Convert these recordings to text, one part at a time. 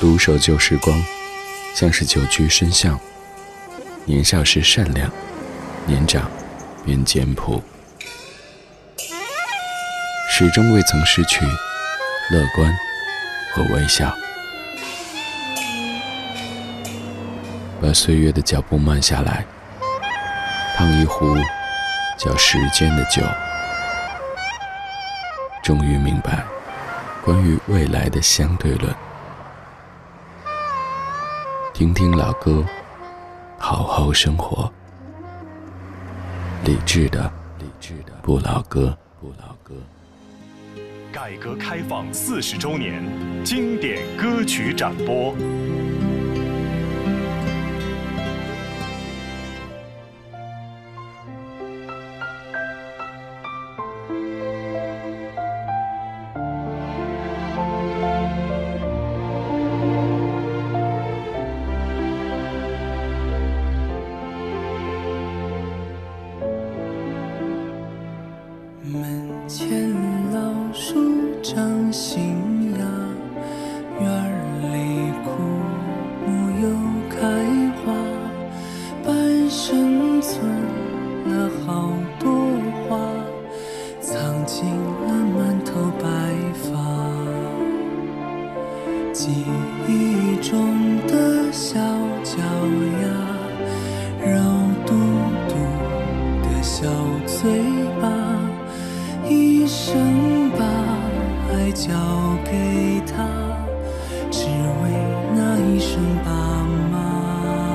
独守旧时光，像是久居深巷。年少时善良，年长便简朴，始终未曾失去乐观和微笑。把岁月的脚步慢下来，烫一壶叫时间的酒，终于明白关于未来的相对论。听听老歌，好好生活。理智的不老歌。 改革开放40周年经典歌曲展播。 门前老树长新芽，院里枯木又开花，半生存了好多话，藏进了满头白发。记忆中的小脚丫，肉嘟嘟的小嘴巴，一生把爱交给他，只为那一声爸妈。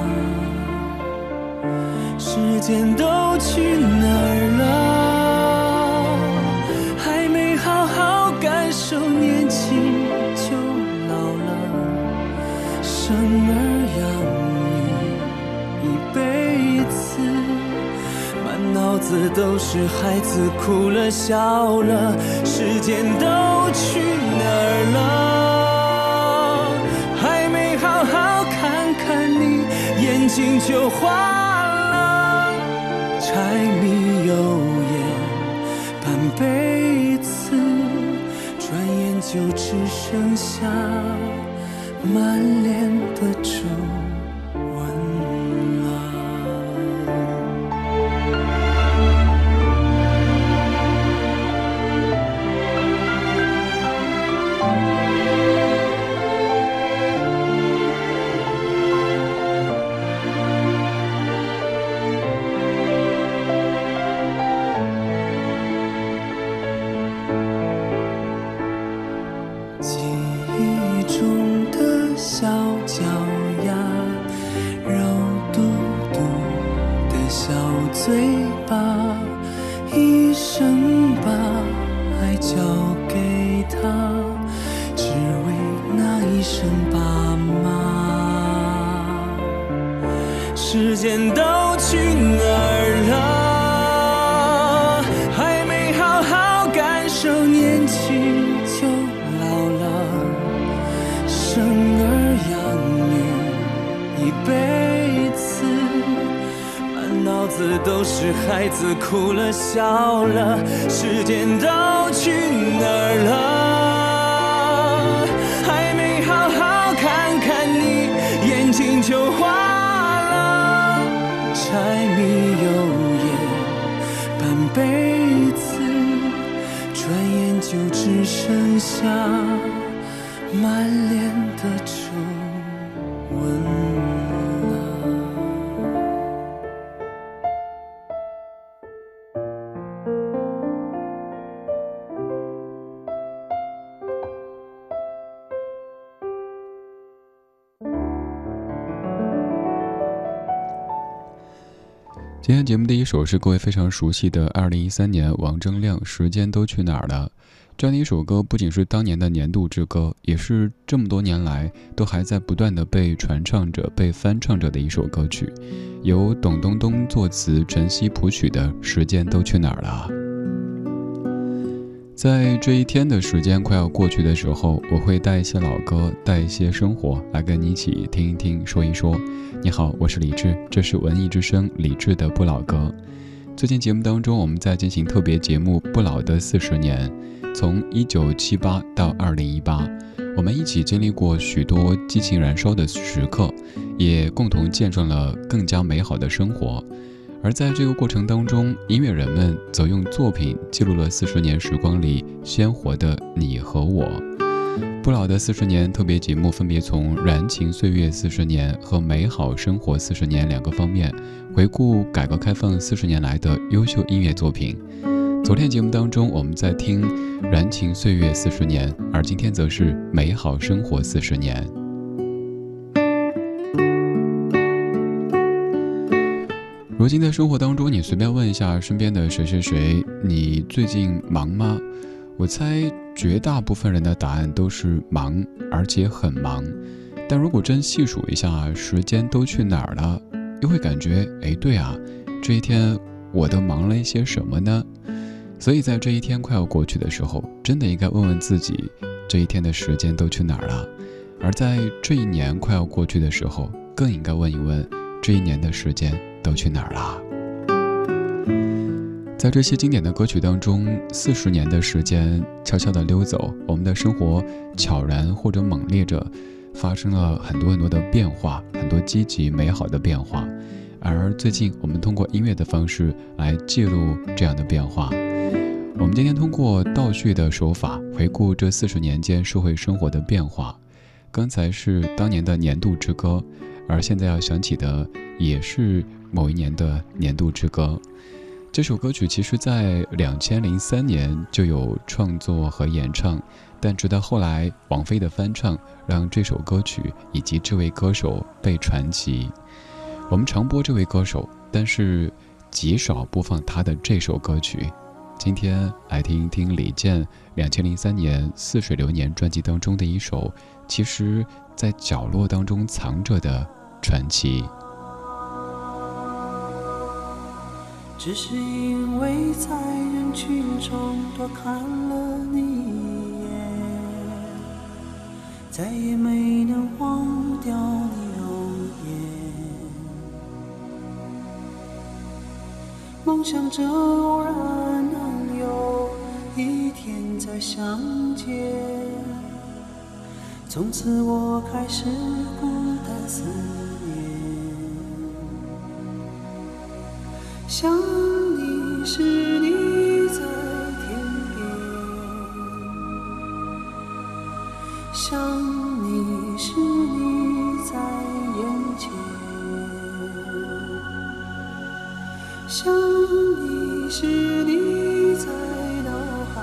时间都去哪儿了？还没好好感受年轻就老了。生儿养女一辈子，满脑子都是孩子哭了笑了，时间都去哪儿了？还没好好看看你，眼睛就花了。柴米油盐半辈子，转眼就只剩下满脸的皱纹了。记忆中的小脚丫，肉嘟嘟的小嘴巴，一生把爱交给他，只为那一声爸妈。时间都去哪儿了？还没好好感受年轻就老了。生儿养女一辈子，满脑子都是孩子哭了笑了，时间都去哪儿了？还没好好看看你，眼睛就花了。柴米油盐半辈子，转眼就只剩下满脸的皱纹了。 今天节目第一首是各位非常熟悉的2013年王铮亮《时间都去哪儿了》。这样的一首歌不仅是当年的年度之歌，也是这么多年来都还在不断的被传唱着、被翻唱着的一首歌曲，由董冬冬作词、陈曦谱曲的《时间都去哪儿了》。在这一天的时间快要过去的时候，我会带一些老歌，带一些生活来跟你一起听一听，说一说。你好，我是李志，这是文艺之声李志的不老歌。最近节目当中，我们在进行特别节目《不老的40年》，从1978到2018， 我们一起经历过许多激情燃烧的时刻，也共同见证了更加美好的生活。而在这个过程当中，音乐人们则用作品记录了40年时光里鲜活的你和我。不老的40年特别节目分别从燃情岁月40年和美好生活40年两个方面，回顾改革开放40年来的优秀音乐作品。昨天节目当中我们在听燃情岁月40年，而今天则是美好生活40年。如今的生活当中，你随便问一下身边的谁谁谁，你最近忙吗？我猜绝大部分人的答案都是忙，而且很忙。但如果真细数一下时间都去哪儿了，又会感觉对啊，这一天我都忙了一些什么呢？所以在这一天快要过去的时候，真的应该问问自己，这一天的时间都去哪儿了？而在这一年快要过去的时候，更应该问一问，这一年的时间都去哪儿了？在这些经典的歌曲当中，40年的时间悄悄地溜走，我们的生活悄然或者猛烈着发生了很多很多的变化，很多积极美好的变化。而最近我们通过音乐的方式来记录这样的变化。我们今天通过倒叙的手法回顾这40年间社会生活的变化。刚才是当年的年度之歌，而现在要想起的也是某一年的年度之歌。这首歌曲其实在2003年就有创作和演唱，但直到后来王菲的翻唱让这首歌曲以及这位歌手被传奇。我们常播这位歌手，但是极少播放他的这首歌曲。今天来听一听李健2003年《似水流年》专辑当中的一首其实在角落当中藏着的传奇。 只是因为在人群中多看了你一眼，再也没能忘掉你容颜。梦想着偶然能有一天再相见，从此我开始孤单思念。想你时你在天边，想你时你在眼前，想你时你在脑海，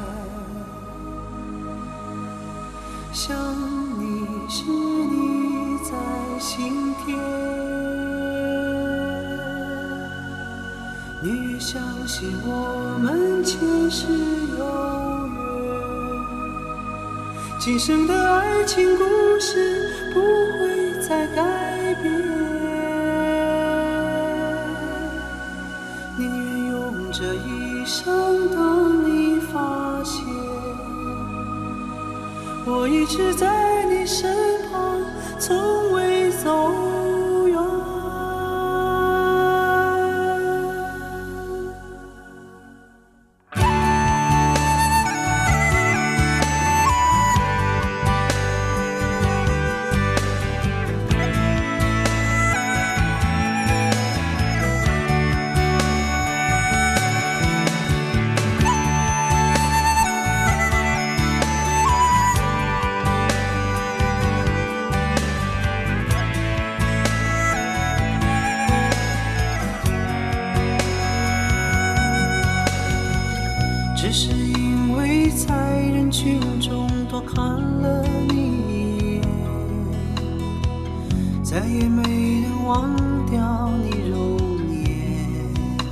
想你时你在心田。你越相信我们前世有缘，今生的爱情故事不会再改变。宁愿用这一生等你发现，我一直在你身旁，从未走远。只是因为在人群中多看了你一眼，再也没能忘掉你容颜。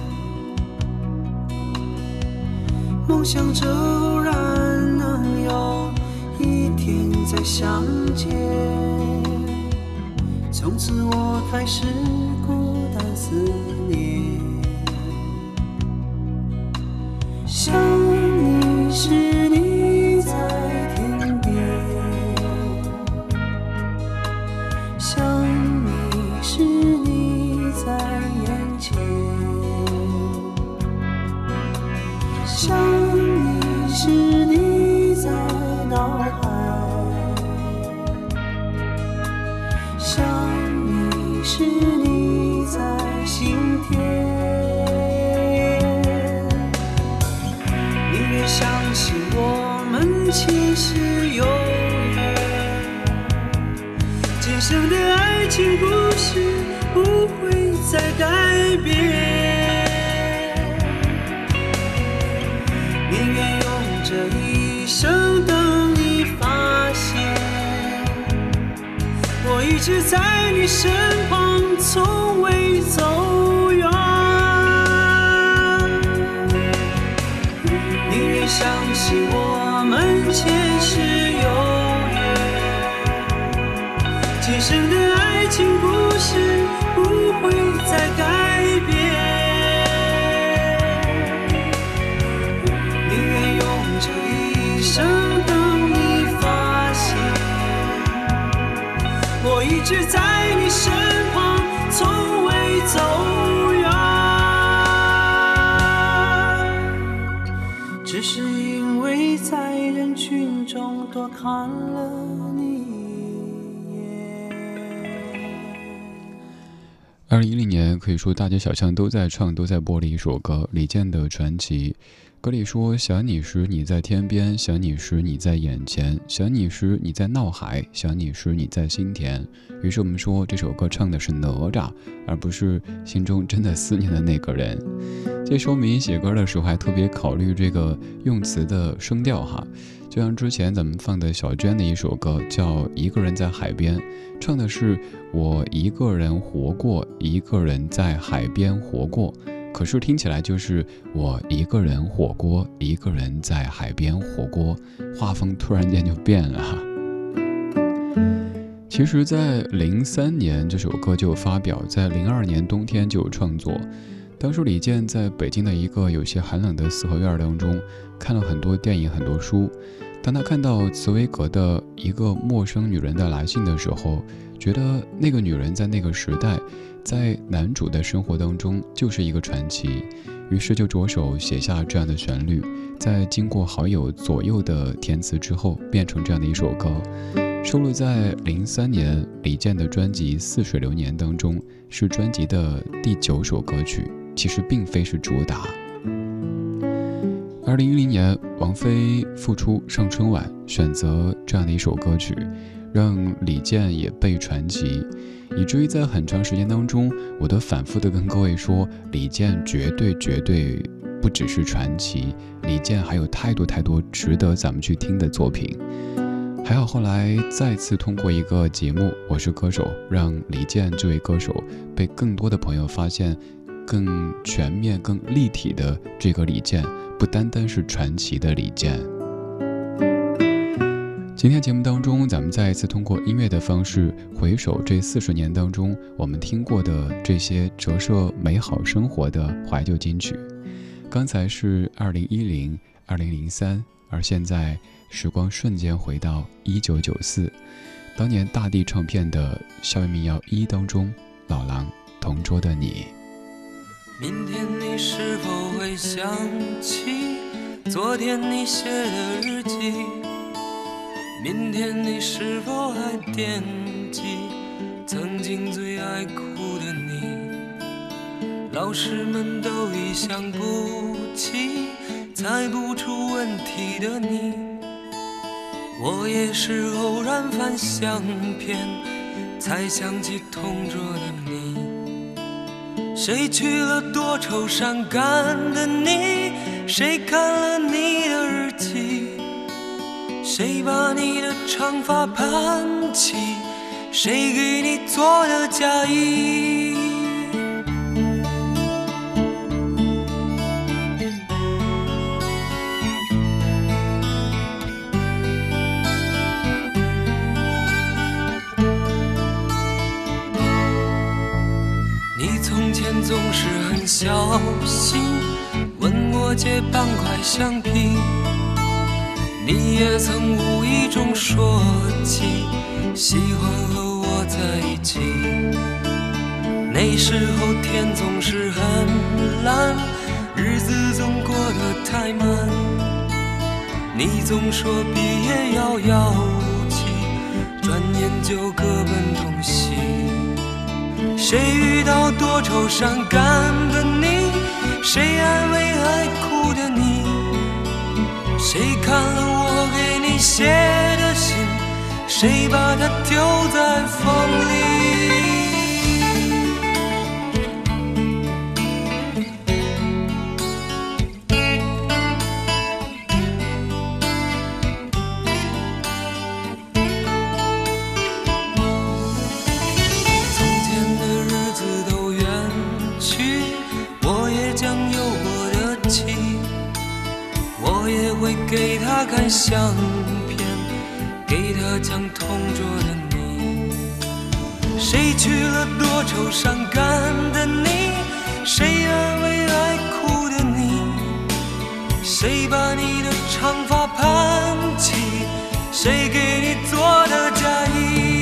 梦想着偶然能有一天再相见，从此我开始孤单思念。想你时你在天边，想你时你在眼前，想你时你在脑海， 们前世有缘，今生的爱情故事不会再改变，宁愿用这一生等你发现，我一直在你身旁，从未走远。宁愿相信我们前世有缘，今生的爱情故事不会再改变，宁愿用这一生等你发现，我一直在你身旁，从未走远，只是因为在人群中多看了你一眼。 2010年可以说大街小巷都在唱都在播的一首歌，李健的《传奇》。歌里说，想你时你在天边，想你时你在眼前，想你时你在闹海，想你时你在心田。于是我们说这首歌唱的是哪吒，而不是心中真的思念的那个人。这说明写歌的时候还特别考虑这个用词的声调哈。就像之前咱们放的小娟的一首歌叫《一个人在海边》，唱的是我一个人活过，一个人在海边活过，可是听起来就是我一个人火锅，一个人在海边火锅，画风突然间就变了。其实在03年这首歌就发表，在02年冬天就有创作。当时李健在北京的一个有些寒冷的四合院当中看了很多电影很多书，当他看到茨威格的一个陌生女人的来信的时候，觉得那个女人在那个时代在男主的生活当中就是一个传奇，于是就着手写下这样的旋律，在经过好友左右的填词之后变成这样的一首歌，收录在03年李健的专辑《似水流年》当中，是专辑的第9首歌曲，其实并非是主打。2010年王菲复出上春晚，选择这样的一首歌曲，让李健也被传奇，以至于在很长时间当中，我都反复的跟各位说，李健绝对不只是传奇，李健还有太多值得咱们去听的作品。还好后来再次通过一个节目《我是歌手》，让李健这位歌手被更多的朋友发现，更全面更立体的这个李健，不单单是传奇的李健。今天节目当中，咱们再一次通过音乐的方式回首这40年当中我们听过的这些折射美好生活的怀旧金曲。刚才是2010、2003，而现在时光瞬间回到1994，当年大地唱片的校园民谣1当中，老狼同桌的你。 明天你是否会想起昨天你写的日记？明天你是否还惦记曾经最爱哭的你？老师们都已想不起猜不出问题的你，我也是偶然翻相片才想起同桌的你。谁去了多愁善感的你？谁看了你的日记？谁把你的长发盘起？谁给你做的嫁衣？你从前总是很小心问我借半块橡皮，你也曾无意中说起喜欢和我在一起。那时候天总是很蓝，日子总过得太慢，你总说毕业遥遥无期，转眼就各奔东西。谁遇到多愁善感的你？谁安慰爱哭的你？谁看了我给写的信，谁把它丢在风里？给他看相片，给他讲同桌的你，谁去了多愁善感的你，谁安慰爱哭的你，谁把你的长发盘起，谁给你做的嫁衣。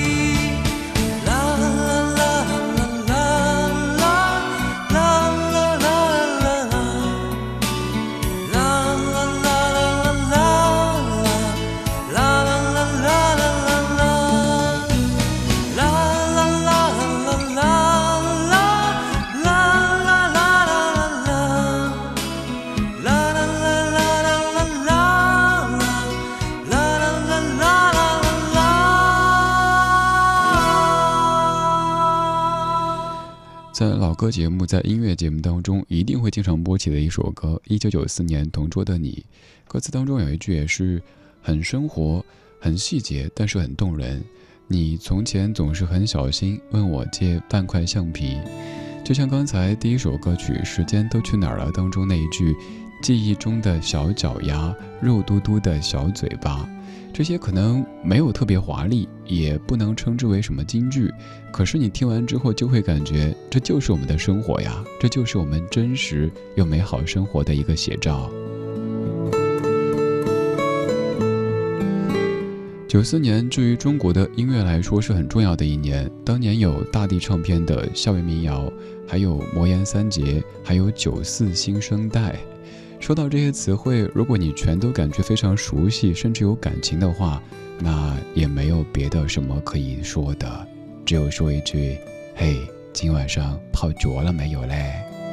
在老歌节目，在音乐节目当中，一定会经常播起的一首歌，1994年《同桌的你》。歌词当中有一句也是很生活、很细节，但是很动人。你从前总是很小心，问我借半块橡皮。就像刚才第一首歌曲《时间都去哪儿了》当中那一句，记忆中的小脚丫，肉嘟嘟的小嘴巴。这些可能没有特别华丽，也不能称之为什么金句，可是你听完之后就会感觉这就是我们的生活呀，这就是我们真实又美好生活的一个写照。94年对于中国的音乐来说是很重要的一年，当年有大地唱片的校园民谣，还有魔岩三杰，还有94新生代。说到这些词汇，如果你全都感觉非常熟悉，甚至有感情的话，那也没有别的什么可以说的，只有说一句：嘿，今晚上泡脚了没有嘞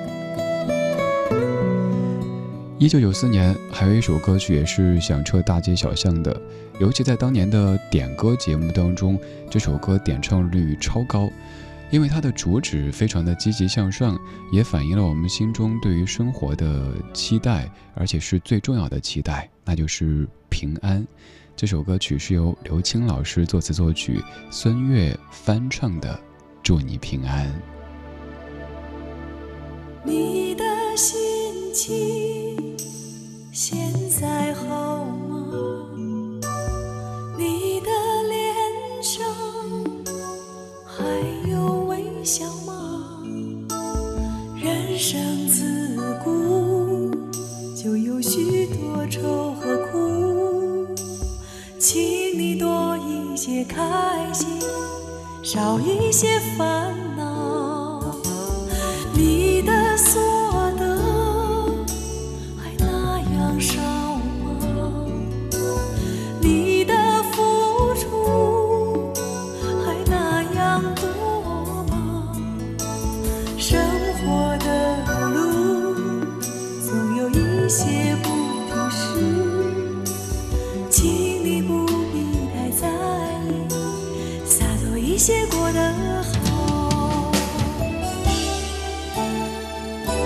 ？1994年还有一首歌曲也是响彻大街小巷的，尤其在当年的点歌节目当中，这首歌点唱率超高，因为它的主旨非常的积极向上，也反映了我们心中对于生活的期待，而且是最重要的期待，那就是平安。这首歌曲是由刘青老师作词作曲，孙悦翻唱的《祝你平安》。 你的心情现在好吗？你的脸上还有微笑吗？人生自古就有许多愁和苦，请你多一些开心，少一些烦恼。你的所得还那样少吗？你的付出还那样多吗？生活的路总有一些不平事，请你不必太在意，洒脱一些过得好。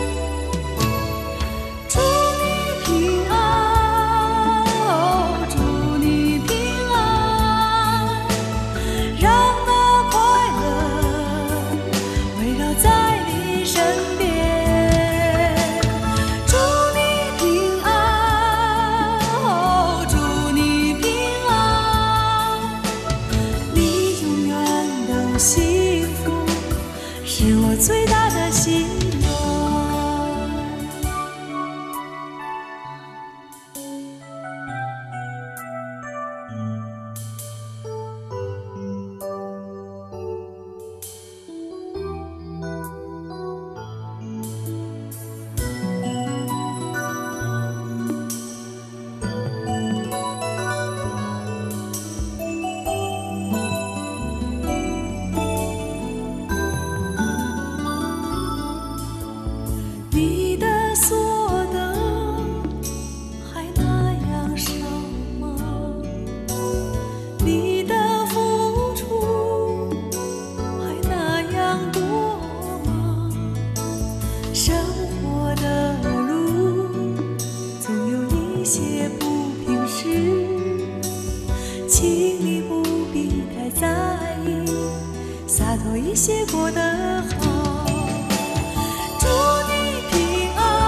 请你不必太在意，洒脱一些过得好。祝你平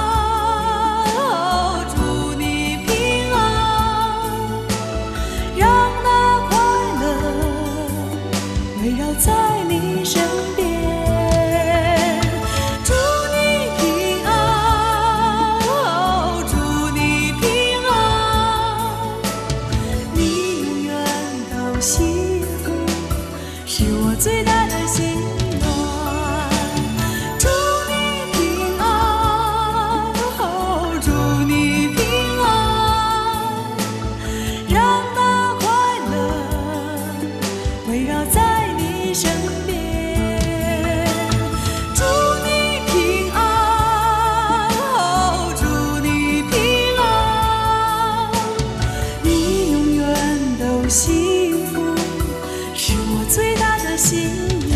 安，祝你平安，让那快乐围绕在你身边。最大的心愿，祝你平安，祝你平安，让那快乐围绕在你身边。祝你平安，祝你平安，你永远都幸福，是我最大的心愿。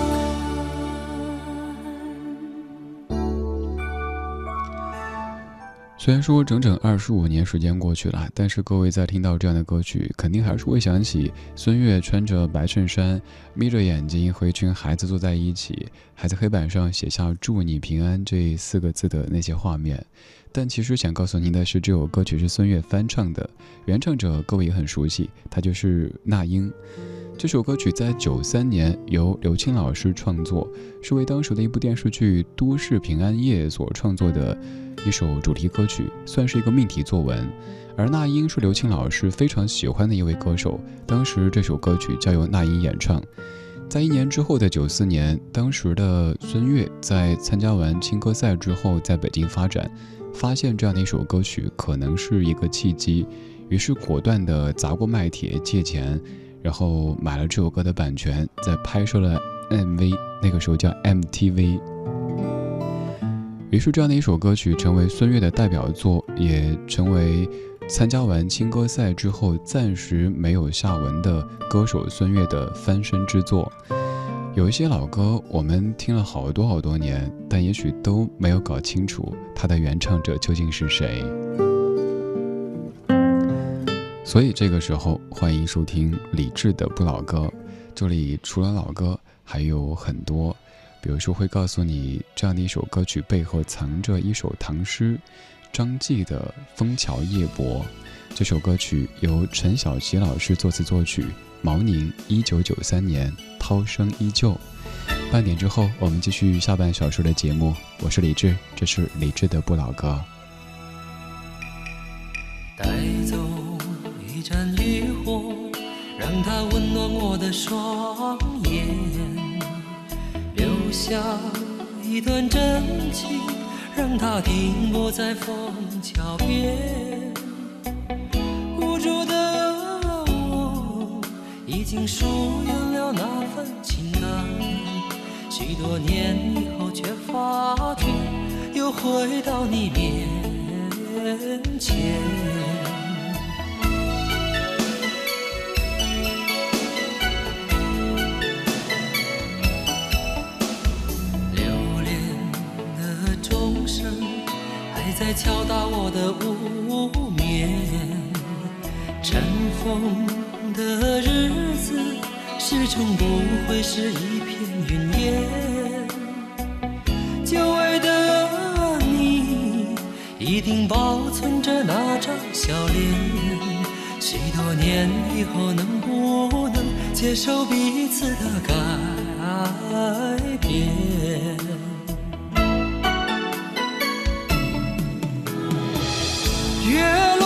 虽然说整整25年时间过去了，但是各位在听到这样的歌曲，肯定还是会想起孙悦穿着白衬衫，眯着眼睛和一群孩子坐在一起，还在黑板上写下祝你平安这4个字的那些画面。但其实想告诉您的是，这首歌曲是孙悦翻唱的，原唱者各位也很熟悉，他就是那英。这首歌曲在93年由刘青老师创作，是为当时的一部电视剧《都市平安夜》所创作的一首主题歌曲，算是一个命题作文。而那英是刘青老师非常喜欢的一位歌手，当时这首歌曲交由那英演唱。在1年之后的94年，当时的孙悦在参加完青歌赛之后，在北京发展，发现这样的一首歌曲可能是一个契机，于是果断地砸锅卖铁借钱，然后买了这首歌的版权，再拍摄了 MV， 那个时候叫 MTV。 于是这样的一首歌曲成为孙悦的代表作，也成为参加完青歌赛之后暂时没有下文的歌手孙悦的翻身之作。有一些老歌我们听了好多年，但也许都没有搞清楚它的原唱者究竟是谁。所以这个时候欢迎收听李志的不老歌，这里除了老歌还有很多，比如说会告诉你这样的一首歌曲背后藏着一首唐诗，张继的《枫桥夜泊》。这首歌曲由陈小奇老师作词作曲，毛宁1993年涛声依旧。半点之后我们继续下半小时的节目，我是李志，这是李志的不老歌。 带走一盏渔火，让它温暖我的双眼，留下一段真情，让它停泊在枫桥边。无助的我已经疏远了那份情感，许多年以后却发觉又回到你面前。在敲打我的无眠，尘封的日子始终不会是一片云烟。久违的你一定保存着那张笑脸，许多年以后能不能接受彼此的改变？月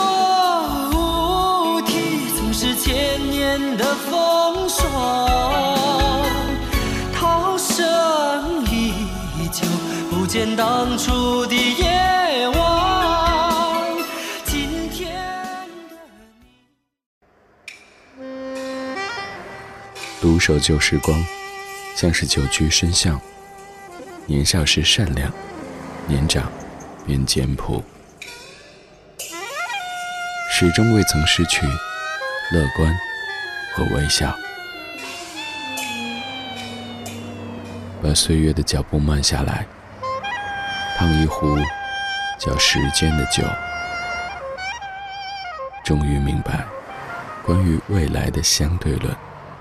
落乌啼，总是千年的风霜，涛声依旧，不见当初的夜晚。今天的你， 独守旧时光，像是久居深巷。年少时善良，年长便简朴，始终未曾失去乐观和微笑。把岁月的脚步慢下来，烫一壶叫时间的酒。终于明白， 关于未来的相对论。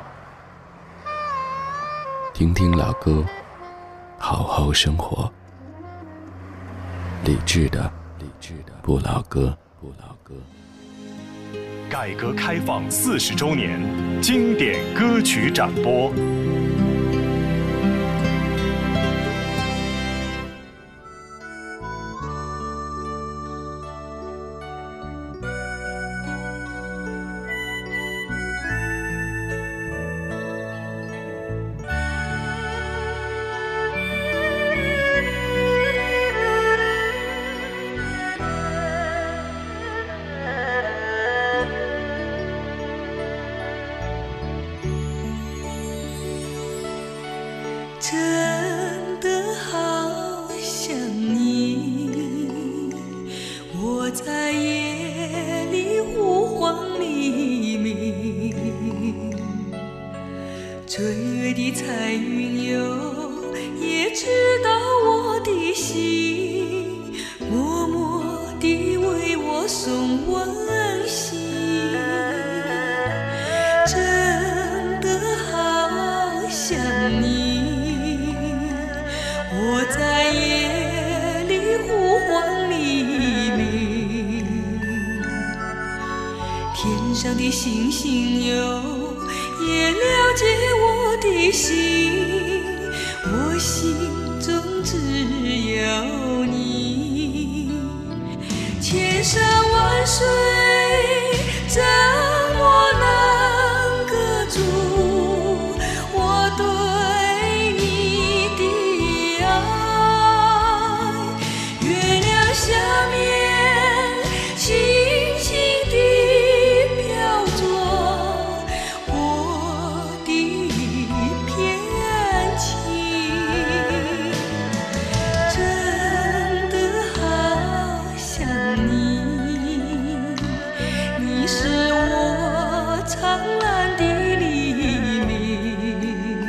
听听老歌，好好生活。理智的不老歌。 改革开放40周年经典歌曲展播。 真的好想你，我在夜里呼唤黎明，追月的彩云游也知道我的心，默默地为我送温馨。真的好想你，我在夜里呼唤黎明，天上的星星有也了解我的心，我心中只有你。千山万水怎么能隔住我对你的爱？月亮下面轻轻地飘着我的一片情，真的好想你，你是我灿烂的黎明，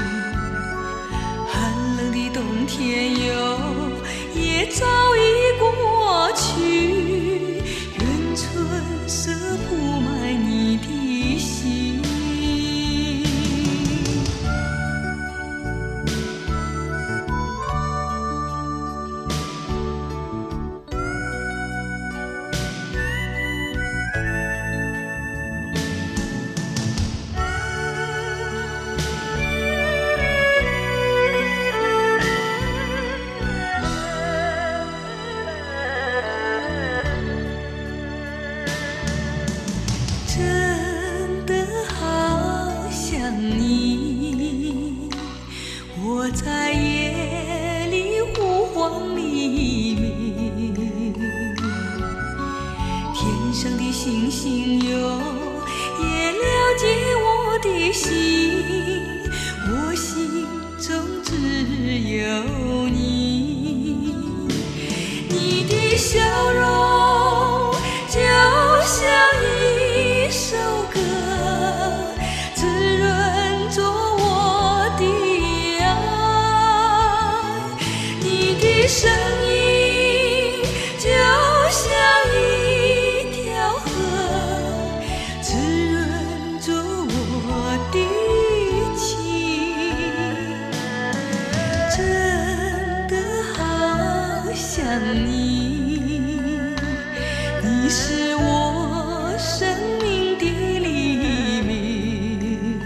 寒冷的冬天也早已过去，任春色铺满你的心。真的好想你，我在夜里呼唤黎明，天上的星星有也了解我的心，我心中只有你。你的笑容就像一首歌，滋润着我的爱。你的声音就像一条河，滋润着我的情。真的好想你，你是我生命的黎明，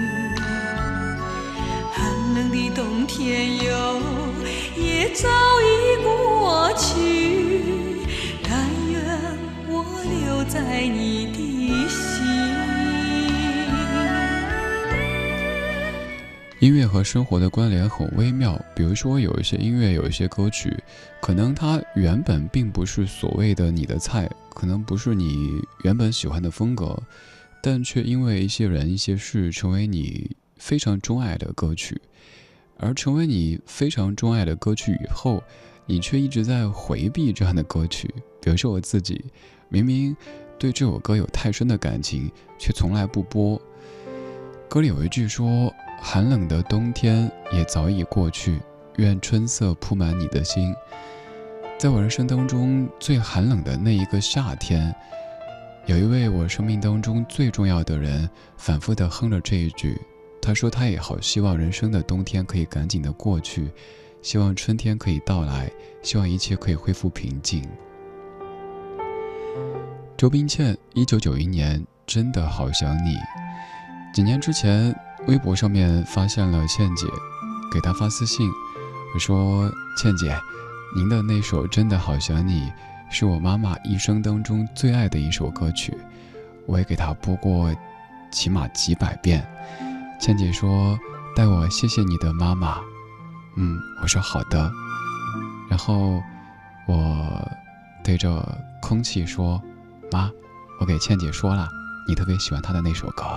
寒冷的冬天也早已过去，但愿我留在你的心。 音乐和生活的关联很微妙，比如说有一些音乐，有一些歌曲，可能它原本并不是所谓的你的菜，可能不是你原本喜欢的风格，但却因为一些人一些事成为你非常钟爱的歌曲。而成为你非常钟爱的歌曲以后，你却一直在回避这样的歌曲。比如说我自己，明明对这首歌有太深的感情，却从来不播。歌里有一句说，寒冷的冬天也早已过去，愿春色铺满你的心。在我人生当中最寒冷的那一个夏天， 有一位我生命当中最重要的人反复地哼了这一句，他说他也好希望人生的冬天可以赶紧的过去，希望春天可以到来，希望一切可以恢复平静。周冰倩1991年真的好想你。几年之前微博上面发现了倩姐，给她发私信，我说倩姐，您的那首真的好想你是我妈妈一生当中最爱的一首歌曲，我也给她播过起码几百遍。倩姐说代我谢谢你的妈妈。我说好的。然后我对着空气说，妈，我给倩姐说了你特别喜欢她的那首歌。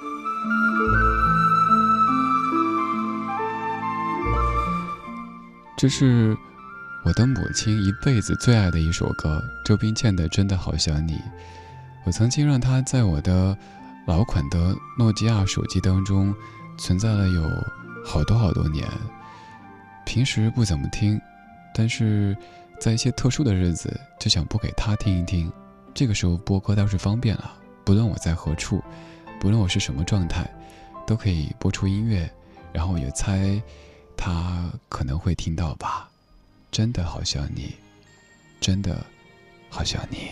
这是我的母亲一辈子最爱的一首歌，周冰倩的《真的好想你》。我曾经让它在我的老款的诺基亚手机当中存在了有好多年，平时不怎么听，但是在一些特殊的日子就想播给他听一听。这个时候播歌倒是方便了，不论我在何处，不论我是什么状态，都可以播出音乐，然后也猜他可能会听到吧。真的好想你，真的好想你。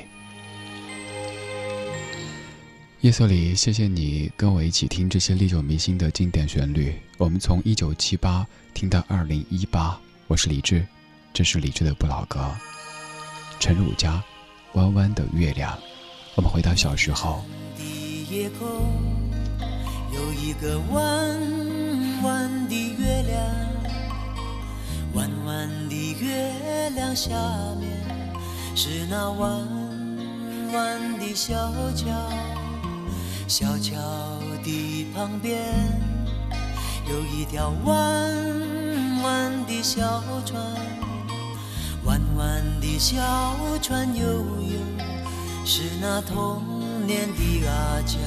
夜色里，谢谢你跟我一起听这些历久弥新的经典旋律。我们从1978听到2018，我是李志，这是李志的不老歌。陈汝佳，弯弯的月亮。我们回到小时候。 夜空有一个弯弯的月亮，弯弯的月亮下面是那弯弯的小桥，小桥的旁边有一条弯弯的小船，弯弯的小船悠悠，是那童年的阿娇。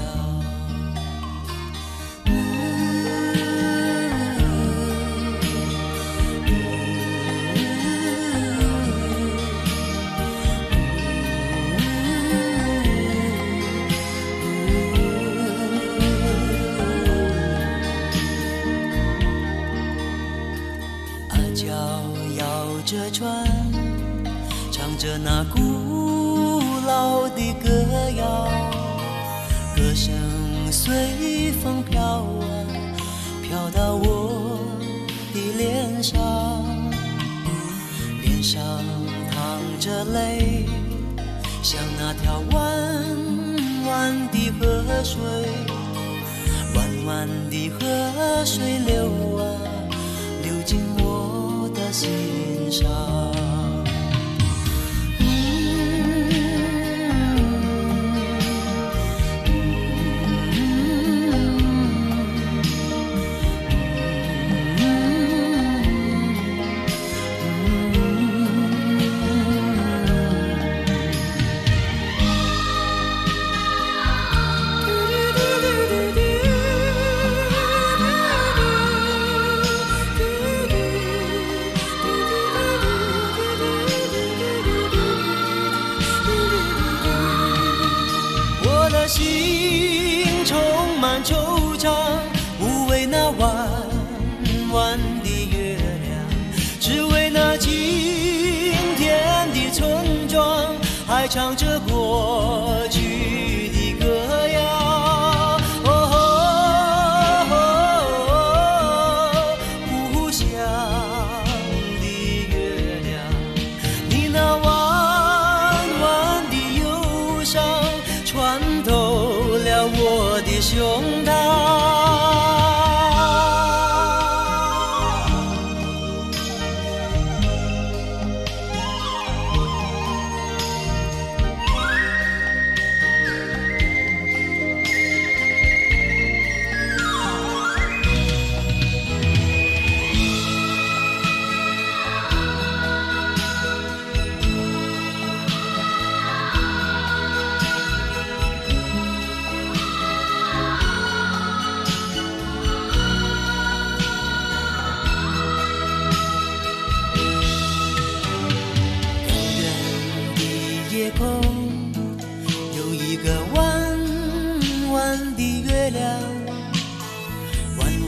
着船，唱着那古老的歌谣，歌声随风飘啊，飘到我的脸上，脸上淌着泪，像那条弯弯的河水，弯弯的河水流啊，流进我的心上。心充满惆怅，不为那弯弯的月亮，只为那今天的村庄，还唱着过去的歌谣。故乡的月亮，你那弯弯的忧伤穿透了我的胸膛。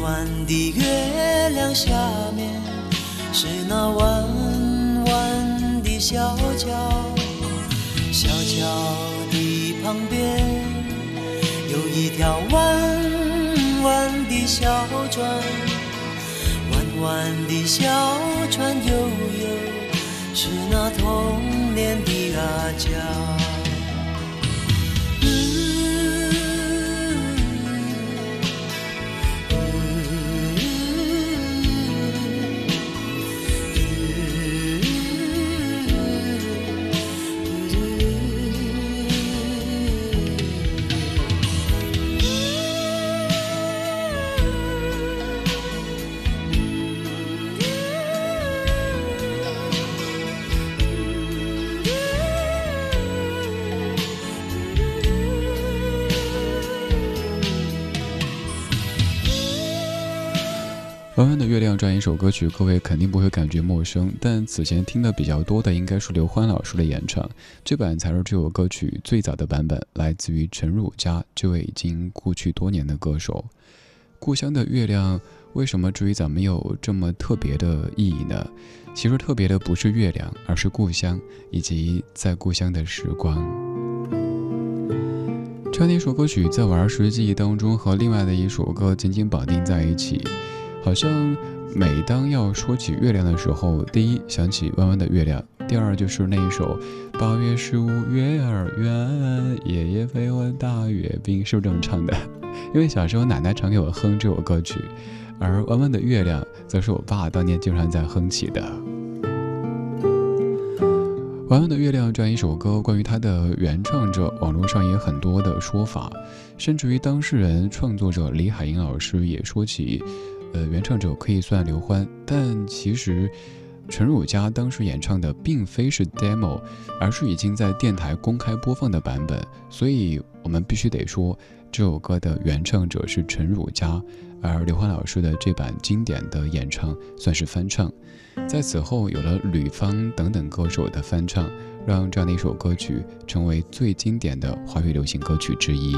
弯的月亮下面，是那弯弯的小桥，小桥的旁边有一条弯弯的小船，弯弯的小船悠悠，是那童年的阿娇。 弯弯的月亮这样一首歌曲，各位肯定不会感觉陌生，但此前听的比较多的应该是刘欢老师的演唱，这版才是这首歌曲最早的版本，来自于陈汝佳这位已经故去多年的歌手。故乡的月亮为什么至于咱们有这么特别的意义呢？其实特别的不是月亮，而是故乡以及在故乡的时光。这样的一首歌曲在我儿时记忆当中和另外的一首歌紧紧绑定在一起，好像每当要说起月亮的时候，第一想起弯弯的月亮，第二就是那一首8月15月儿圆，爷爷陪我打月饼，是不是这么唱的？因为小时候奶奶常给我哼这首歌曲，而弯弯的月亮则是我爸当年经常在哼起的。弯弯的月亮这样一首歌，关于它的原唱者网络上也很多的说法，甚至于当事人创作者李海英老师也说起原唱者可以算刘欢，但其实陈汝佳当时演唱的并非是 demo， 而是已经在电台公开播放的版本，所以我们必须得说这首歌的原唱者是陈汝佳，而刘欢老师的这版经典的演唱算是翻唱。在此后有了吕方等等歌手的翻唱，让这样的一首歌曲成为最经典的华语流行歌曲之一。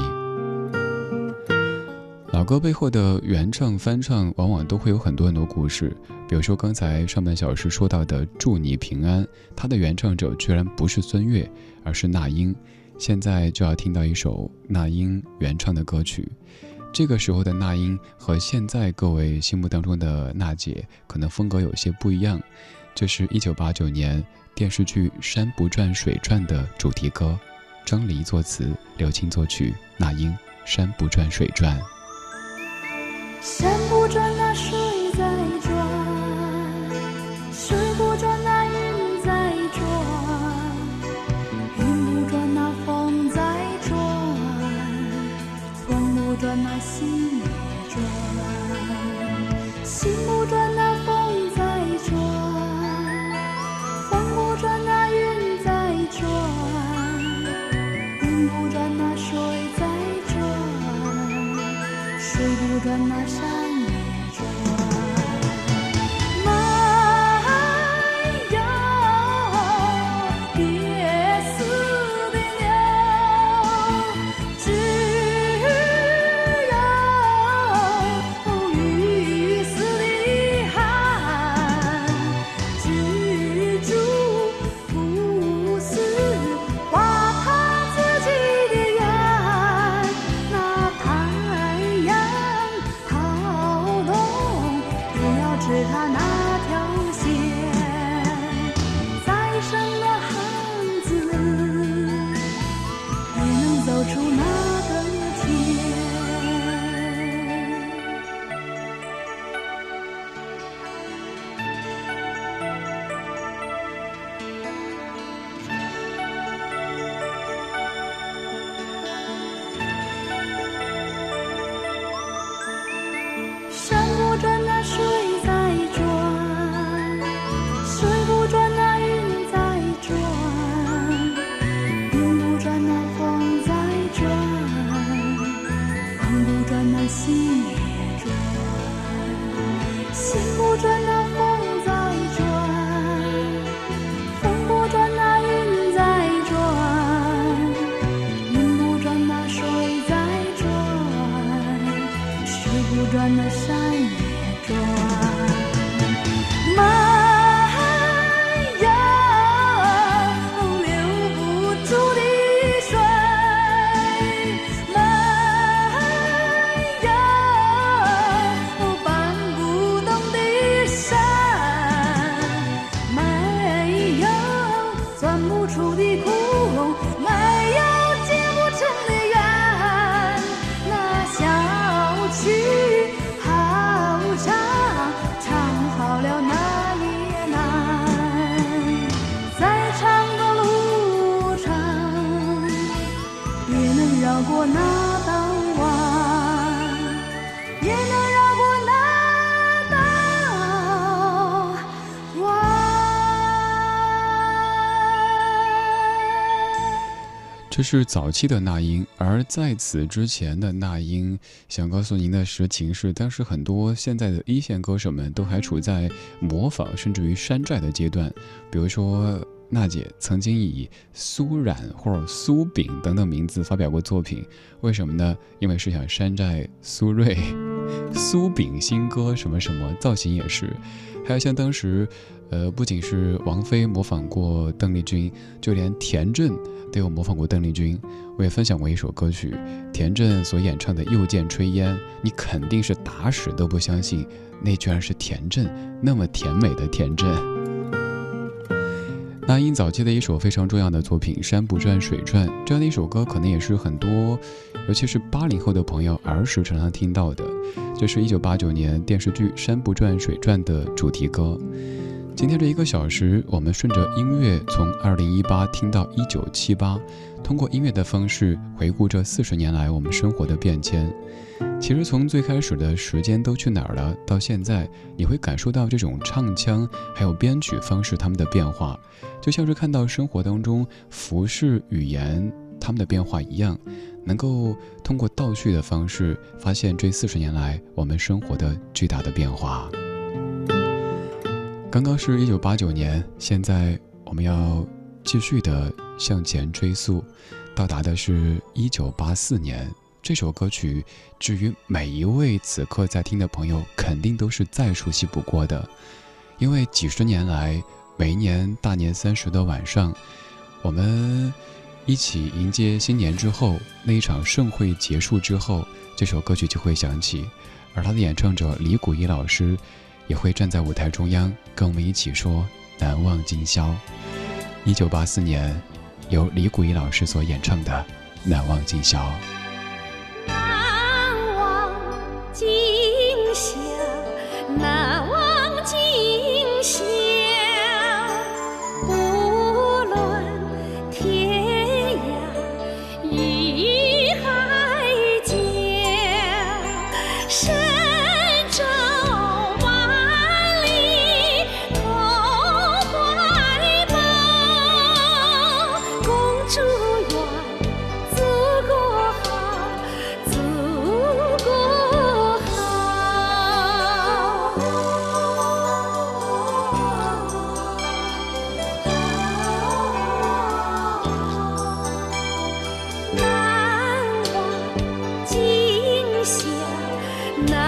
老歌背后的原唱翻唱往往都会有很多故事，比如说刚才上半小时说到的祝你平安，它的原唱者居然不是孙悦，而是那英。现在就要听到一首那英原唱的歌曲，这个时候的那英和现在各位心目当中的娜姐可能风格有些不一样，这是1989年电视剧《山不转水转》的主题歌，张黎作词，刘青作曲，那英《山不转水转》。 山不转那水在转，水不转那云在转，云不转那风在转，风不转那心也转，心不转那风在转，风不转那云在转，云不转那水在转，水不转那山也转。妈呀，别死的鸟，只有欲死的汉，蜘蛛不死，挖他自己的眼，那太阳好动，也要治他那条线，再生的汉子也能走出那个天。山不转那水在转，水不转那云在转，云不转那风在转，风不转那心也转，心不转那风在转，风不转那云在转，云不转那水在转，水不转的山也转。漫游留不住的水，漫游搬不动的山，没有钻不出的窟窿，没有结不成的缘。那小曲好长，唱好了那也难。再长的路程，也能绕过那道弯，也能绕过那道弯。 这是早期的那英，而在此之前的那英，想告诉您的实情是，当时很多现在的一线歌手们都还处在模仿甚至于山寨的阶段。比如说娜姐曾经以苏冉或者苏炳等等名字发表过作品，为什么呢？因为是想山寨苏芮、苏炳新歌什么什么，造型也是。还有像当时不仅是王菲模仿过邓丽君，就连田震都有模仿过邓丽君。我也分享过一首歌曲，田震所演唱的《又见炊烟》，你肯定是打死都不相信，那居然是田震，那么甜美的田震。那英早期的一首非常重要的作品《山不转水转》，这样的一首歌可能也是很多尤其是80后的朋友儿时常常听到的，这是1989年电视剧《山不转水转》的主题歌。今天这1个小时，我们顺着音乐从2018听到1978，通过音乐的方式回顾这40年来我们生活的变迁。其实从最开始的时间都去哪儿了，到现在你会感受到这种唱腔还有编曲方式它们的变化，就像是看到生活当中服饰语言它们的变化一样，能够通过倒叙的方式发现这40年来我们生活的巨大的变化。刚刚是1989年，现在我们要继续的向前追溯，到达的是1984年。这首歌曲至于每一位此刻在听的朋友肯定都是再熟悉不过的，因为几十年来每一年大年30的晚上，我们一起迎接新年之后，那一场盛会结束之后，这首歌曲就会响起，而他的演唱者李谷一老师也会站在舞台中央跟我们一起说难忘今宵。1984年由李谷一老师所演唱的难忘今宵。 难忘今宵，难忘今宵，不论天涯与海角，神州万里同怀抱，共祝愿祖国好，祖国好。难忘今宵，难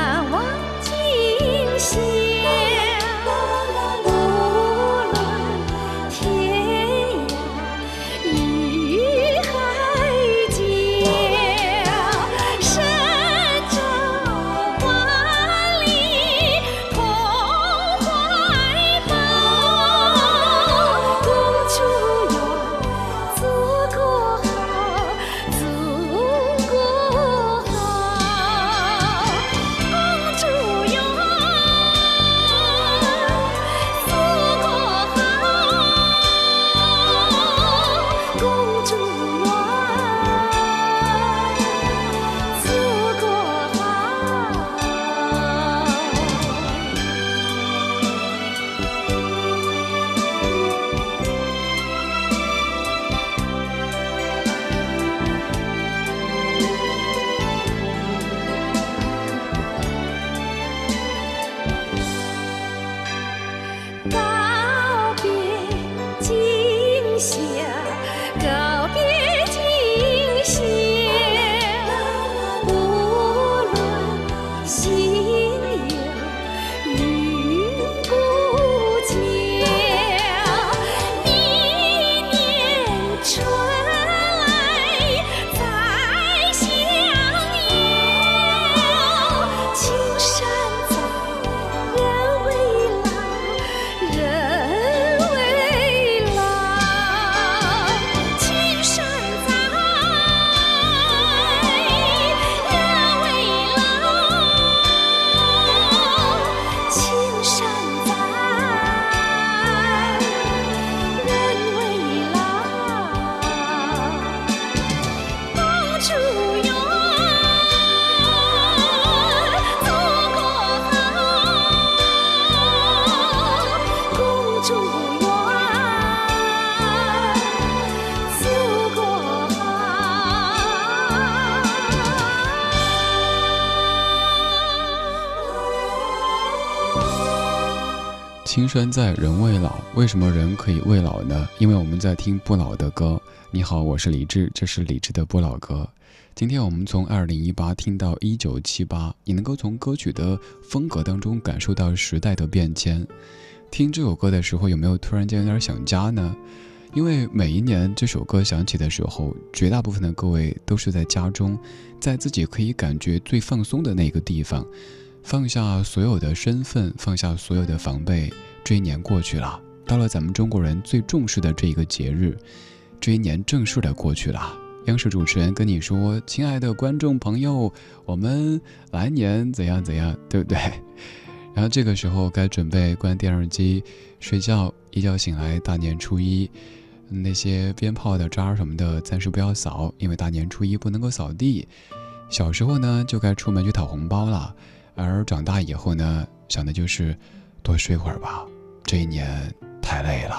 青山在，人未老。为什么人可以未老呢？因为我们在听不老的歌。你好，我是李志，这是李志的不老歌。今天我们从2018听到1978，你能够从歌曲的风格当中感受到时代的变迁。听这首歌的时候，有没有突然间有点想家呢？因为每一年这首歌响起的时候，绝大部分的各位都是在家中，在自己可以感觉最放松的那个地方，放下所有的身份，放下所有的防备。这一年过去了，到了咱们中国人最重视的这一个节日，这一年正式的过去了。央视主持人跟你说，亲爱的观众朋友，我们来年怎样怎样，对不对？然后这个时候该准备关电视机睡觉，一觉醒来大年初一，那些鞭炮的渣什么的暂时不要扫，因为大年初一不能够扫地。小时候呢就该出门去讨红包了，而长大以后呢，想的就是多睡会儿吧，这一年太累了。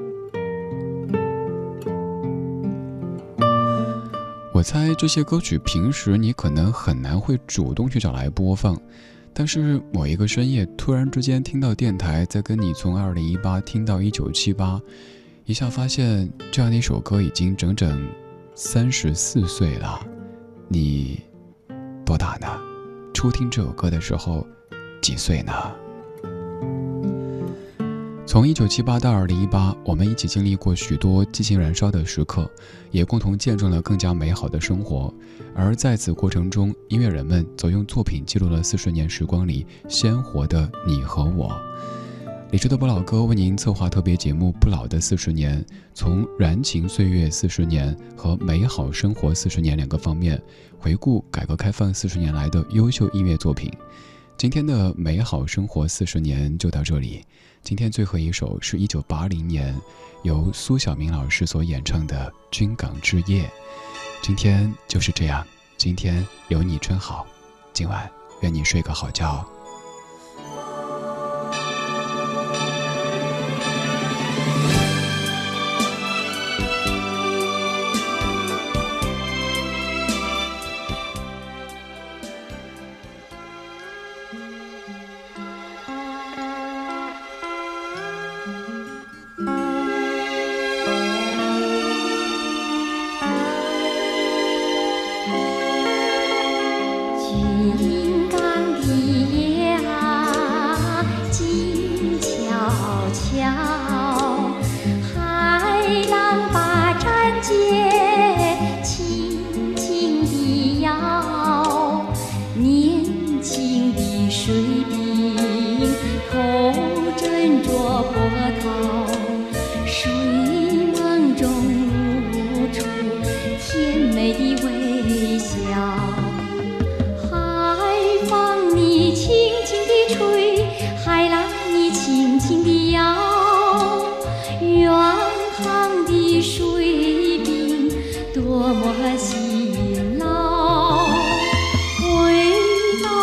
我猜这些歌曲平时你可能很难会主动去找来播放，但是某一个深夜突然之间听到电台在跟你从2018听到1978，一下发现这样的一首歌已经整整34岁了。你多大呢？初听这首歌的时候几岁呢？从1978到2018，我们一起经历过许多激情燃烧的时刻，也共同见证了更加美好的生活。而在此过程中，音乐人们则用作品记录了40年时光里鲜活的你和我。李志的不老歌为您策划特别节目《不老的40年》，从燃情岁月40年和美好生活40年两个方面，回顾改革开放40年来的优秀音乐作品。今天的美好生活40年就到这里。今天最后一首是1980年由苏小明老师所演唱的《军港之夜》。今天就是这样，今天有你真好，今晚愿你睡个好觉。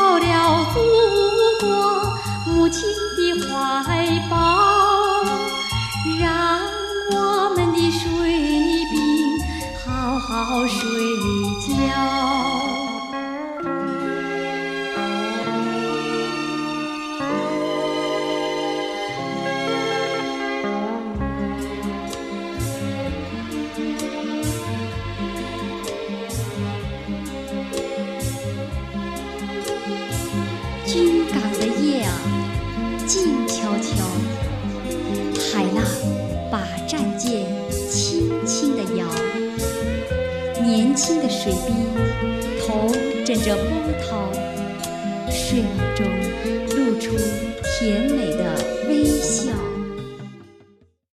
母亲的怀抱， 年轻的水滴，头枕着波涛，睡梦中露出甜美的